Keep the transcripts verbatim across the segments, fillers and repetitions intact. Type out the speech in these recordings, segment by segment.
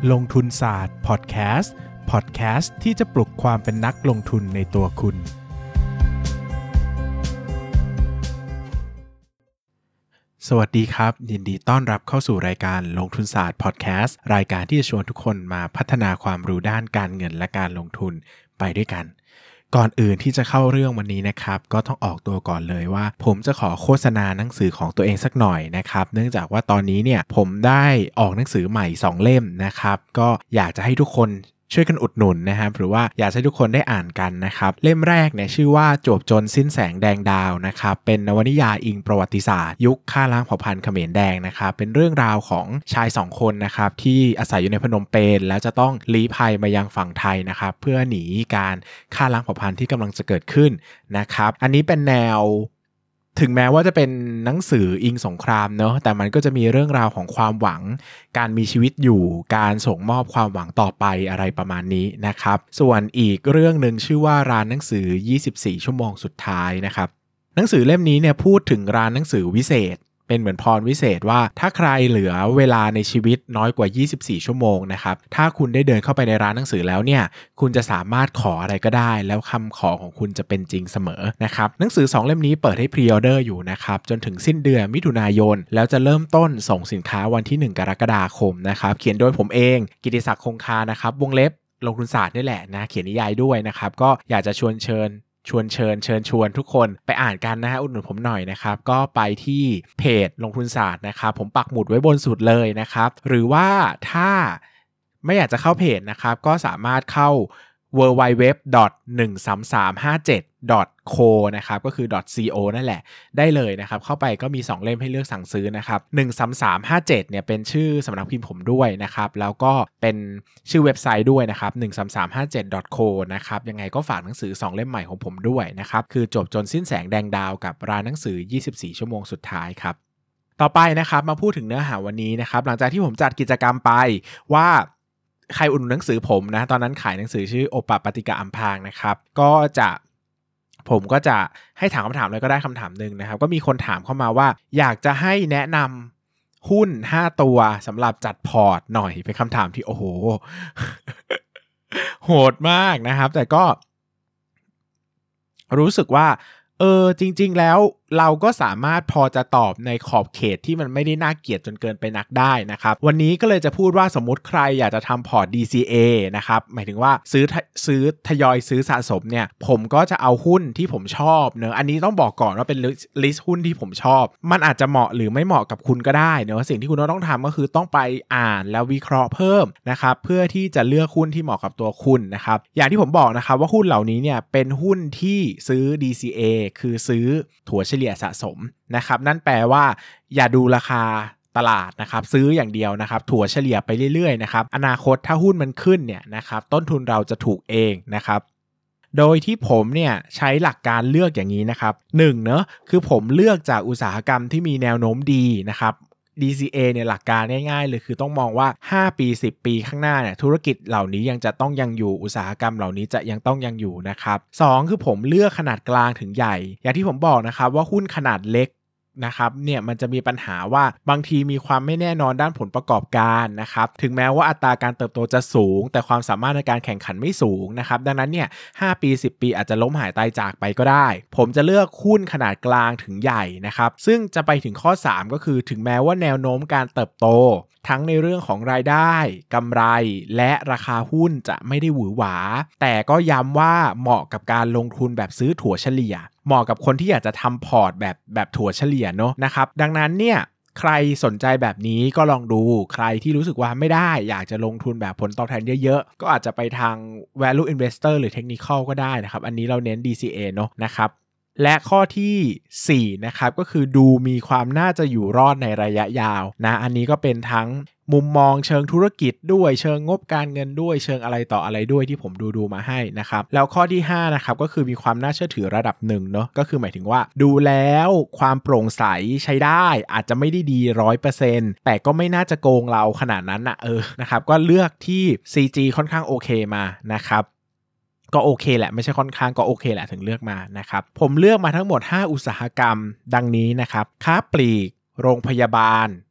ลงทุนศาสตร์พอดแคสต์พอดแคสต์ที่จะปลุกความเป็นนักลงทุนในตัวคุณสวัสดีครับยินดีต้อนรับเข้าสู่รายการลงทุนศาสตร์พอดแคสต์รายการที่จะชวนทุกคนมาพัฒนาความรู้ด้านการเงินและการลงทุนไปด้วยกันก่อนอื่นที่จะเข้าเรื่องวันนี้นะครับก็ต้องออกตัวก่อนเลยว่าผมจะขอโฆษณาหนังสือของตัวเองสักหน่อยนะครับเนื่องจากว่าตอนนี้เนี่ยผมได้ออกหนังสือใหม่สองเล่มนะครับก็อยากจะให้ทุกคนช่วยกันอุดหนุนนะครับหรือว่าอยากให้ทุกคนได้อ่านกันนะครับเล่มแรกเนี่ยชื่อว่าจวบจนสิ้นแสงแดงดาวนะครับเป็นนวนิยายอิงประวัติศาสตร์ยุคฆ่าล้างเผ่าพันธุ์เขมรแดงนะครับเป็นเรื่องราวของชายสองคนนะครับที่อาศัยอยู่ในพนมเปญแล้วจะต้องลี้ภัยมายังฝั่งไทยนะครับเพื่อหนีการฆ่าล้างเผ่าพันธุ์ที่กำลังจะเกิดขึ้นนะครับอันนี้เป็นแนวถึงแม้ว่าจะเป็นหนังสืออิงสงครามเนอะแต่มันก็จะมีเรื่องราวของความหวังการมีชีวิตอยู่การส่งมอบความหวังต่อไปอะไรประมาณนี้นะครับส่วนอีกเรื่องนึงชื่อว่าร้านหนังสือยี่สิบสี่ชั่วโมงสุดท้ายนะครับหนังสือเล่มนี้เนี่ยพูดถึงร้านหนังสือวิเศษเป็นเหมือนพรวิเศษว่าถ้าใครเหลือเวลาในชีวิตน้อยกว่ายี่สิบสี่ชั่วโมงนะครับถ้าคุณได้เดินเข้าไปในร้านหนังสือแล้วเนี่ยคุณจะสามารถขออะไรก็ได้แล้วคำขอของคุณจะเป็นจริงเสมอนะครับหนังสือสองเล่มนี้เปิดให้พรีออเดอร์อยู่นะครับจนถึงสิ้นเดือนมิถุนายนแล้วจะเริ่มต้นส่งสินค้าวันที่หนึ่งกรกฎาคมนะครับเขียนโดยผมเองกิติศักดิ์คงคานะครับวงเล็บลงทุนศาสตร์นี่แหละนะเขียนนิยายด้วยนะครับก็อยากจะชวนเชิญชวนเชิญเชิญชวนทุกคนไปอ่านกันนะฮะอุดหนุนผมหน่อยนะครับก็ไปที่เพจลงทุนศาสตร์นะครับผมปักหมุดไว้บนสุดเลยนะครับหรือว่าถ้าไม่อยากจะเข้าเพจนะครับก็สามารถเข้า ดับเบิลยู ดับเบิลยู ดับเบิลยู ดอท หนึ่ง สาม สาม ห้า เจ็ด ดอท โค นะครับก็คือ .co นั่นแหละได้เลยนะครับเข้าไปก็มีสองเล่มให้เลือกสั่งซื้อนะครับหนึ่ง สาม สาม ห้า เจ็ดเนี่ยเป็นชื่อสำนักพิมพ์ผมด้วยนะครับแล้วก็เป็นชื่อเว็บไซต์ด้วยนะครับหนึ่ง สาม สาม ห้า เจ็ด ดอท โค นะครับยังไงก็ฝากหนังสือสองเล่มใหม่ของผมด้วยนะครับคือจบจนสิ้นแสงแดงดาวกับร้านหนังสือยี่สิบสี่ชั่วโมงสุดท้ายครับต่อไปนะครับมาพูดถึงเนื้อหาวันนี้นะครับหลังจากที่ผมจัดกิจกรรมไปว่าใครอุดหนุนหนังสือผมนะตอนนั้นขายหนังสือชื่อโอปปฏิกะอัมพางนะครับก็จะผมก็จะให้ถามคำถามเลยก็ได้คำถามนึงนะครับก็มีคนถามเข้ามาว่าอยากจะให้แนะนำหุ้นห้าตัวสำหรับจัดพอร์ตหน่อยเป็นคำถามที่โอ้โห โหดมากนะครับแต่ก็รู้สึกว่าเออจริงๆแล้วเราก็สามารถพอจะตอบในขอบเขตที่มันไม่ได้น่าเกลียดจนเกินไปนักได้นะครับวันนี้ก็เลยจะพูดว่าสมมุติใครอยากจะทำพอร์ต ดี ซี เอ นะครับหมายถึงว่าซื้อซื้อทยอยซื้อสะสมเนี่ยผมก็จะเอาหุ้นที่ผมชอบเนอะอันนี้ต้องบอกก่อนว่าเป็นลิสต์หุ้นที่ผมชอบมันอาจจะเหมาะหรือไม่เหมาะกับคุณก็ได้เนอะสิ่งที่คุณต้องทำก็คือต้องไปอ่านแล้ววิเคราะห์เพิ่มนะครับเพื่อที่จะเลือกหุ้นที่เหมาะกับตัวคุณนะครับอย่างที่ผมบอกนะครับว่าหุ้นเหล่านี้เนี่ยเป็นหุ้นที่ซื้อ ดี ซี เอ คือซื้อถัวเฉลี่ยสะสมนะครับนั่นแปลว่าอย่าดูราคาตลาดนะครับซื้ออย่างเดียวนะครับถัวเฉลี่ยไปเรื่อยๆนะครับอนาคตถ้าหุ้นมันขึ้นเนี่ยนะครับต้นทุนเราจะถูกเองนะครับโดยที่ผมเนี่ยใช้หลักการเลือกอย่างนี้นะครับหนึ่งเนอะคือผมเลือกจากอุตสาหกรรมที่มีแนวโน้มดีนะครับ ดี ซี เอ เนี่ยหลักการง่ายๆเลยคือต้องมองว่าห้าปีสิบปีข้างหน้าเนี่ยธุรกิจเหล่านี้ยังจะต้องยังอยู่อุตสาหกรรมเหล่านี้จะยังต้องยังอยู่นะครับสองคือผมเลือกขนาดกลางถึงใหญ่อย่างที่ผมบอกนะครับว่าหุ้นขนาดเล็กนะครับเนี่ยมันจะมีปัญหาว่าบางทีมีความไม่แน่นอนด้านผลประกอบการนะครับถึงแม้ว่าอัตราการเติบโตจะสูงแต่ความสามารถในการแข่งขันไม่สูงนะครับดังนั้นเนี่ยห้าปีสิบปีอาจจะล้มหายตายจากไปก็ได้ผมจะเลือกหุ้นขนาดกลางถึงใหญ่นะครับซึ่งจะไปถึงข้อสามก็คือถึงแม้ว่าแนวโน้มการเติบโตทั้งในเรื่องของรายได้กำไรและราคาหุ้นจะไม่ได้หวือหวาแต่ก็ย้ำว่าเหมาะกับการลงทุนแบบซื้อถั่วเฉลี่ยเหมาะกับคนที่อยากจะทำพอร์ตแบบแบบถั่วเฉลี่ยเนาะนะครับดังนั้นเนี่ยใครสนใจแบบนี้ก็ลองดูใครที่รู้สึกว่าไม่ได้อยากจะลงทุนแบบผลตอบแทนเยอะๆก็อาจจะไปทาง value investor หรือ technical ก็ได้นะครับอันนี้เราเน้น ดี ซี เอ เนาะนะครับและข้อที่สี่นะครับก็คือดูมีความน่าจะอยู่รอดในระยะยาวนะอันนี้ก็เป็นทั้งมุมมองเชิงธุรกิจด้วยเชิงงบการเงินด้วยเชิงอะไรต่ออะไรด้วยที่ผมดูดูมาให้นะครับแล้วข้อที่ห้านะครับก็คือมีความน่าเชื่อถือระดับหนึ่งเนาะก็คือหมายถึงว่าดูแล้วความโปร่งใสใช้ได้อาจจะไม่ได้ดี ร้อยเปอร์เซ็นต์ แต่ก็ไม่น่าจะโกงเราขนาดนั้นนะเออนะครับก็เลือกที่ ซี จี ค่อนข้างโอเคมานะครับก็โอเคแหละไม่ใช่ค่อนข้างก็โอเคแหละถึงเลือกมานะครับผมเลือกมาทั้งหมดห้าอุตสาหกรรมดังนี้นะครับค้าปลีกโรงพยาบาล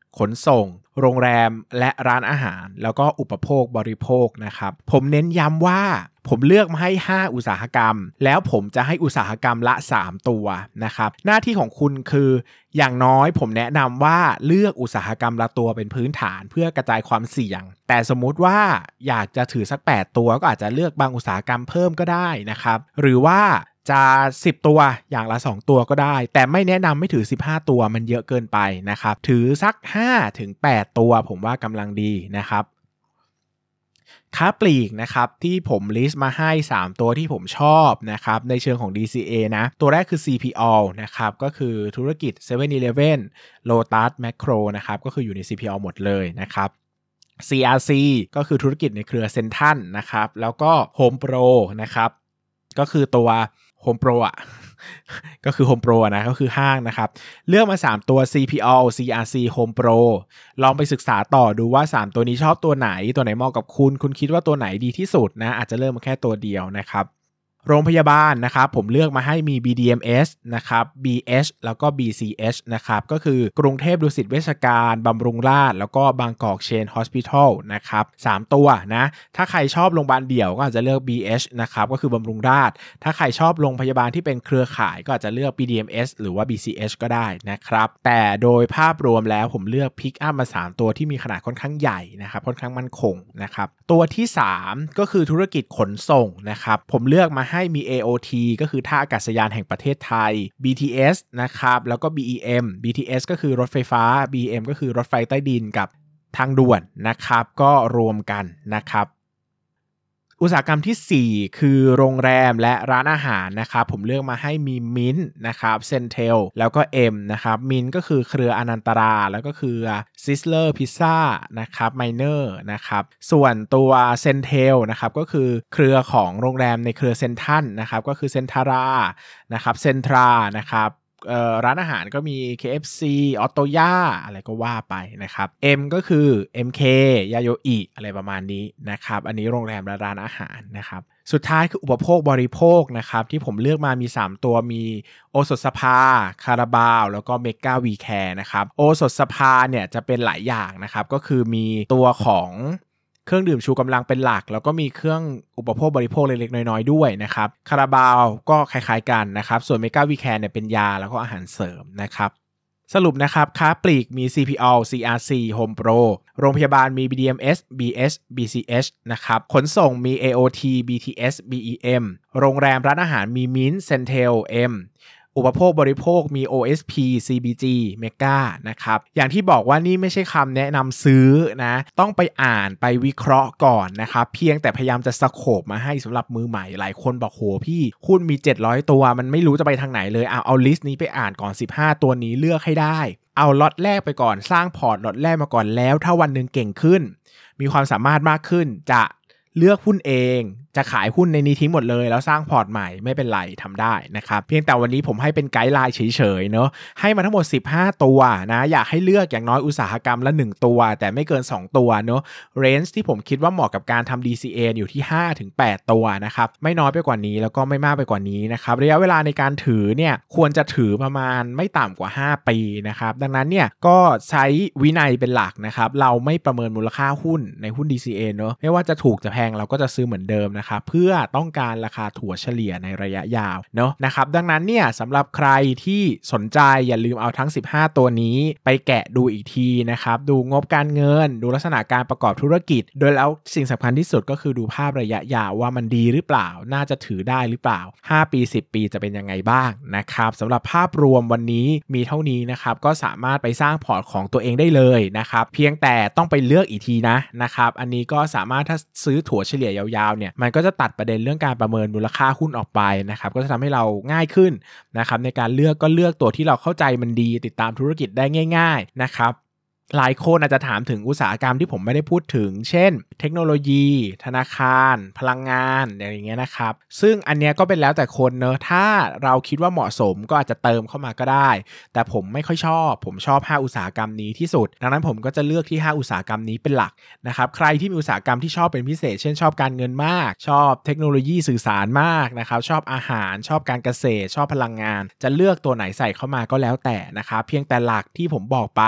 ขนส่งโรงแรมและร้านอาหารแล้วก็อุปโภคบริโภคนะครับผมเน้นย้ำว่าผมเลือกมาให้ห้าอุตสาหกรรมแล้วผมจะให้อุตสาหกรรมละสามตัวนะครับหน้าที่ของคุณคืออย่างน้อยผมแนะนำว่าเลือกอุตสาหกรรมละตัวเป็นพื้นฐานเพื่อกระจายความเสี่ยงแต่สมมุติว่าอยากจะถือสักแปดตัวก็อาจจะเลือกบางอุตสาหกรรมเพิ่มก็ได้นะครับหรือว่าจะสิบตัวอย่างละสองตัวก็ได้แต่ไม่แนะนำไม่ถือสิบห้าตัวมันเยอะเกินไปนะครับถือสักห้าถึงแปดตัวผมว่ากำลังดีนะครับค้าปลีกนะครับที่ผมลิสต์มาให้สามตัวที่ผมชอบนะครับในเชิงของ ดี ซี เอ นะตัวแรกคือ ซี พี All นะครับก็คือธุรกิจ เซเว่น Eleven Lotus Macro นะครับก็คืออยู่ใน ซี พี All หมดเลยนะครับ ซี อาร์ ซี ก็คือธุรกิจในเครือเซ็นทรัลนะครับแล้วก็ Home Pro นะครับก็คือตัว Home Pro อ่ะ ก็คือ Home Pro นะก็คือห้างนะครับเลือกมาสามตัว ซี พี All ซี อาร์ ซี Home Pro ลองไปศึกษาต่อดูว่าสามตัวนี้ชอบตัวไหนตัวไหนเหมาะกับคุณคุณคิดว่าตัวไหนดีที่สุดนะอาจจะเริ่มมาแค่ตัวเดียวนะครับโรงพยาบาลนะครับผมเลือกมาให้มี บี ดี เอ็ม เอส นะครับ บี เอช แล้วก็ บี ซี เอช นะครับก็คือกรุงเทพดุสิตเวชการบำรุงราษฎร์แล้วก็บางกอกเชนฮอสพิทอลนะครับสามตัวนะถ้าใครชอบโรงพยาบาลเดี่ยวก็อาจจะเลือก บี เอช นะครับก็คือบำรุงราษฎร์ถ้าใครชอบโรงพยาบาลที่เป็นเครือข่ายก็อาจจะเลือก บี ดี เอ็ม เอส หรือว่า บี ซี เอช ก็ได้นะครับแต่โดยภาพรวมแล้วผมเลือกพิกอัพมาสามตัวที่มีขนาดค่อนข้างใหญ่นะครับค่อนข้างมั่นคงนะครับตัวที่สามก็คือธุรกิจขนส่งนะครับผมเลือกมาให้มี เอ โอ ที ก็คือท่าอากาศยานแห่งประเทศไทย บี ที เอส นะครับแล้วก็ บี อี เอ็ม บี ที เอส ก็คือรถไฟฟ้า บี อี เอ็ม ก็คือรถไฟใต้ดินกับทางด่วนนะครับก็รวมกันนะครับอุตสาหกรรมที่สี่คือโรงแรมและร้านอาหารนะครับผมเลือกมาให้มีมินท์นะครับเซนเทลแล้วก็ M นะครับมินท์ก็คือเครืออนันตราแล้วก็คือซิสเลอร์พิซซ่านะครับไมเนอร์นะครับส่วนตัวเซนเทลนะครับก็คือเครือของโรงแรมในเครือเซนทันนะครับก็คือเซนทารานะครับเซนทรานะครับเอ่อร้านอาหารก็มี เค เอฟ ซี Ottoya อะไรก็ว่าไปนะครับ M ก็คือ เอ็ม เค Yayoi อะไรประมาณนี้นะครับอันนี้โรงแรมและร้านอาหารนะครับสุดท้ายคืออุปโภคบริโภคนะครับที่ผมเลือกมามีสามตัวมีโอสถสภาคาราบาวแล้วก็เมกาวีแคร์นะครับโอสถสภาเนี่ยจะเป็นหลายอย่างนะครับก็คือมีตัวของเครื่องดื่มชูกำลังเป็นหลักแล้วก็มีเครื่องอุปโภคบริโภคเล็กๆน้อยๆด้วยนะครับคาราบาวก็คล้ายๆกันนะครับส่วนเมกาวีแคร์เนี่ยเป็นยาแล้วก็อาหารเสริมนะครับสรุปนะครับค้าปลีกมี ซี พี All ซี อาร์ ซี Home Pro โรงพยาบาลมี บี ดี เอ็ม เอส บี เอช บี ซี เอช นะครับขนส่งมี เอ โอ ที บี ที เอส บี อี เอ็ม โรงแรมร้านอาหารมี Mint Centel Mอุปโภคบริโภคมี โอ เอส พี ซี บี จี Mega นะครับอย่างที่บอกว่านี่ไม่ใช่คำแนะนำซื้อนะต้องไปอ่านไปวิเคราะห์ก่อนนะครับเพียงแต่พยายามจะสโคปมาให้สำหรับมือใหม่หลายคนบอกโหพี่หุ้นมีเจ็ดร้อยตัวมันไม่รู้จะไปทางไหนเลยเอาเอาลิสต์นี้ไปอ่านก่อนสิบห้าตัวนี้เลือกให้ได้เอาล็อตแรกไปก่อนสร้างพอร์ตล็อตแรกมาก่อนแล้วถ้าวันหนึ่งเก่งขึ้นมีความสามารถมากขึ้นจะเลือกหุ้นเองจะขายหุ้นในนี้ทิ้งหมดเลยแล้วสร้างพอร์ตใหม่ไม่เป็นไรทำได้นะครับเพียงแต่วันนี้ผมให้เป็นไกด์ไลน์เฉยๆเนาะให้มาทั้งหมดสิบห้าตัวนะอยากให้เลือกอย่างน้อยอุตสาหกรรมละหนึ่งตัวแต่ไม่เกินสองตัวเนาะเรนจ์ที่ผมคิดว่าเหมาะกับการทำ ดี ซี เอ อยู่ที่ ห้าถึงแปด ตัวนะครับไม่น้อยไปกว่านี้แล้วก็ไม่มากไปกว่านี้นะครับระยะเวลาในการถือเนี่ยควรจะถือประมาณไม่ต่ำกว่าห้าปีนะครับดังนั้นเนี่ยก็ใช้วินัยเป็นหลักนะครับเราไม่ประเมินมูลค่าหุ้นในหุ้น ดี ซี เอ เนาะไม่ว่าจะถูกจะแพงเราก็จะซื้อเหมือนเดิมนะครับเพื่อต้องการราคาถั่วเฉลี่ยในระยะยาวเนาะนะครับดังนั้นเนี่ยสำหรับใครที่สนใจอย่าลืมเอาทั้งสิบห้าตัวนี้ไปแกะดูอีกทีนะครับดูงบการเงินดูลักษณะการประกอบธุรกิจโดยแล้วสิ่งสำคัญที่สุดก็คือดูภาพระยะยาวว่ามันดีหรือเปล่าน่าจะถือได้หรือเปล่าห้าปีสิบปีจะเป็นยังไงบ้างนะครับสำหรับภาพรวมวันนี้มีเท่านี้นะครับก็สามารถไปสร้างพอร์ตของตัวเองได้เลยนะครับเพียงแต่ต้องไปเลือกอีกทีนะนะครับอันนี้ก็สามารถถ้าซื้อถั่วเฉลี่ยยาวๆเนี่ยมันก็จะตัดประเด็นเรื่องการประเมินมูลค่าหุ้นออกไปนะครับก็จะทำให้เราง่ายขึ้นนะครับในการเลือกก็เลือกตัวที่เราเข้าใจมันดีติดตามธุรกิจได้ง่ายๆนะครับหลายคนอาจจะถามถึงอุตสาหกรรมที่ผมไม่ได้พูดถึงเช่นเทคโนโลยีธนาคารพลังงานอย่างเงี้ยนะครับซึ่งอันเนี้ยก็เป็นแล้วแต่คนเนอะถ้าเราคิดว่าเหมาะสมก็อาจจะเติมเข้ามาก็ได้แต่ผมไม่ค่อยชอบผมชอบห้าอุตสาหกรรมนี้ที่สุดดังนั้นผมก็จะเลือกที่ห้าอุตสาหกรรมนี้เป็นหลักนะครับใครที่มีอุตสาหกรรมที่ชอบเป็นพิเศษเช่นชอบการเงินมากชอบเทคโนโลยีสื่อสารมากนะครับชอบอาหารชอบการเกษตรชอบพลังงานจะเลือกตัวไหนใส่เข้ามาก็แล้วแต่นะครับเพียงแต่หลักที่ผมบอกไป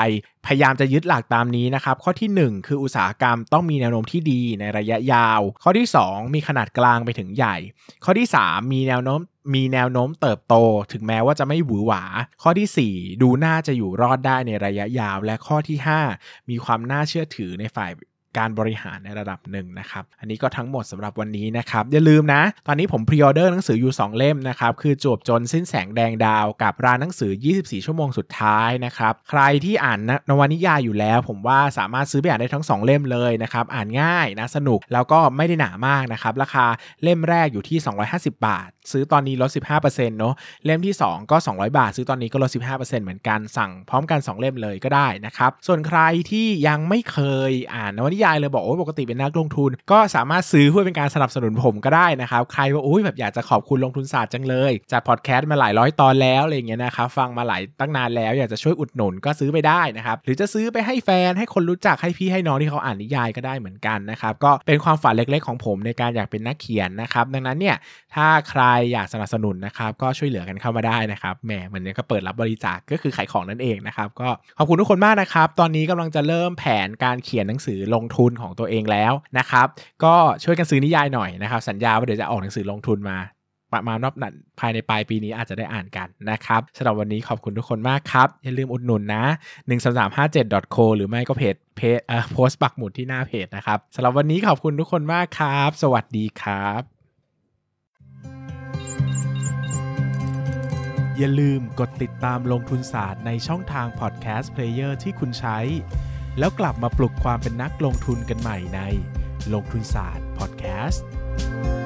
พยายามจะยึดหลักตามนี้นะครับข้อที่หนึ่งคืออุตสาหกรรมต้องมีแนวโน้มที่ดีในระยะยาวข้อที่สองมีขนาดกลางไปถึงใหญ่ข้อที่สามมีแนวโน้มมีแนวโน้มเติบโตถึงแม้ว่าจะไม่หวือหวาข้อที่สี่ดูน่าจะอยู่รอดได้ในระยะยาวและข้อที่ห้ามีความน่าเชื่อถือในฝ่ายการบริหารในระดับหนึ่งนะครับอันนี้ก็ทั้งหมดสำหรับวันนี้นะครับอย่าลืมนะตอนนี้ผมพรีออเดอร์หนังสืออยู่สองเล่มนะครับคือจวบจนสิ้นแสงแดงดาวกับร้านหนังสือยี่สิบสี่ชั่วโมงสุดท้ายนะครับใครที่อ่านนวนิยายอยู่แล้วผมว่าสามารถซื้อไปอ่านได้ทั้งสองเล่มเลยนะครับอ่านง่ายนะสนุกแล้วก็ไม่ได้หนามากนะครับราคาเล่มแรกอยู่ที่สองร้อยห้าสิบบาทซื้อตอนนี้ลด สิบห้าเปอร์เซ็นต์ เนาะเล่มที่สองก็สองร้อยบาทซื้อตอนนี้ก็ลด สิบห้าเปอร์เซ็นต์ เหมือนกันสั่งพร้อมกันสองเล่มเลยก็ได้นะครับส่วนใครที่ยังไม่เคยอ่านนวนิยายเลยบอกโอ้ปกติเป็นนักลงทุนก็สามารถซื้อเพื่อเป็นการสนับสนุนผมก็ได้นะครับใครว่าโอ้ยแบบอยากจะขอบคุณลงทุนศาสตร์จังเลยจัดพอดแคสต์มาหลายร้อยตอนแล้วอะไรอย่างเงี้ยนะครับฟังมาหลายตั้งนานแล้วอยากจะช่วยอุดหนุนก็ซื้อไปได้นะครับหรือจะซื้อไปให้แฟนให้คนรู้จักให้พี่ให้น้องที่เขาอ่านนิยายก็ได้เหมือนกันนะครับก็เป็นความฝันเล็กๆของผมในการอยากเป็นนักเขียนนะครับดังนั้นเนี่ยถ้าใครอยากสนับสนุนนะครับก็ช่วยเหลือกันเข้ามาได้นะครับแหมเหมือนก็เปิดรับบริจาค ก็คือขายของนั่นเองนะครับก็ขอบคุณทุกคนมากนะครับตอนนี้กำลังจะเริ่มแผนการเขียนหนังสือลงทุนของตัวเองแล้วนะครับก็ช่วยกันซื้อนิยายหน่อยนะครับสัญญาว่าเดี๋ยวจะออกหนังสือลงทุนมาประมาณรอบนั้นภายในปลายปีนี้อาจจะได้อ่านกันนะครับสำหรับวันนี้ขอบคุณทุกคนมากครับอย่าลืมอุดหนุนนะหนึ่ง สาม สาม ห้า เจ็ด ดอท โค หรือไม่ก็เพจเพจเอ่อโพสต์ปักหมุดที่หน้าเพจนะครับสำหรับวันนี้ขอบคุณทุกคนมากครับสวัสดีครับอย่าลืมกดติดตามลงทุนศาสตร์ในช่องทางพอดแคสต์เพลเยอร์ที่คุณใช้แล้วกลับมาปลุกความเป็นนักลงทุนกันใหม่ในลงทุนศาสตร์พอดแคสต์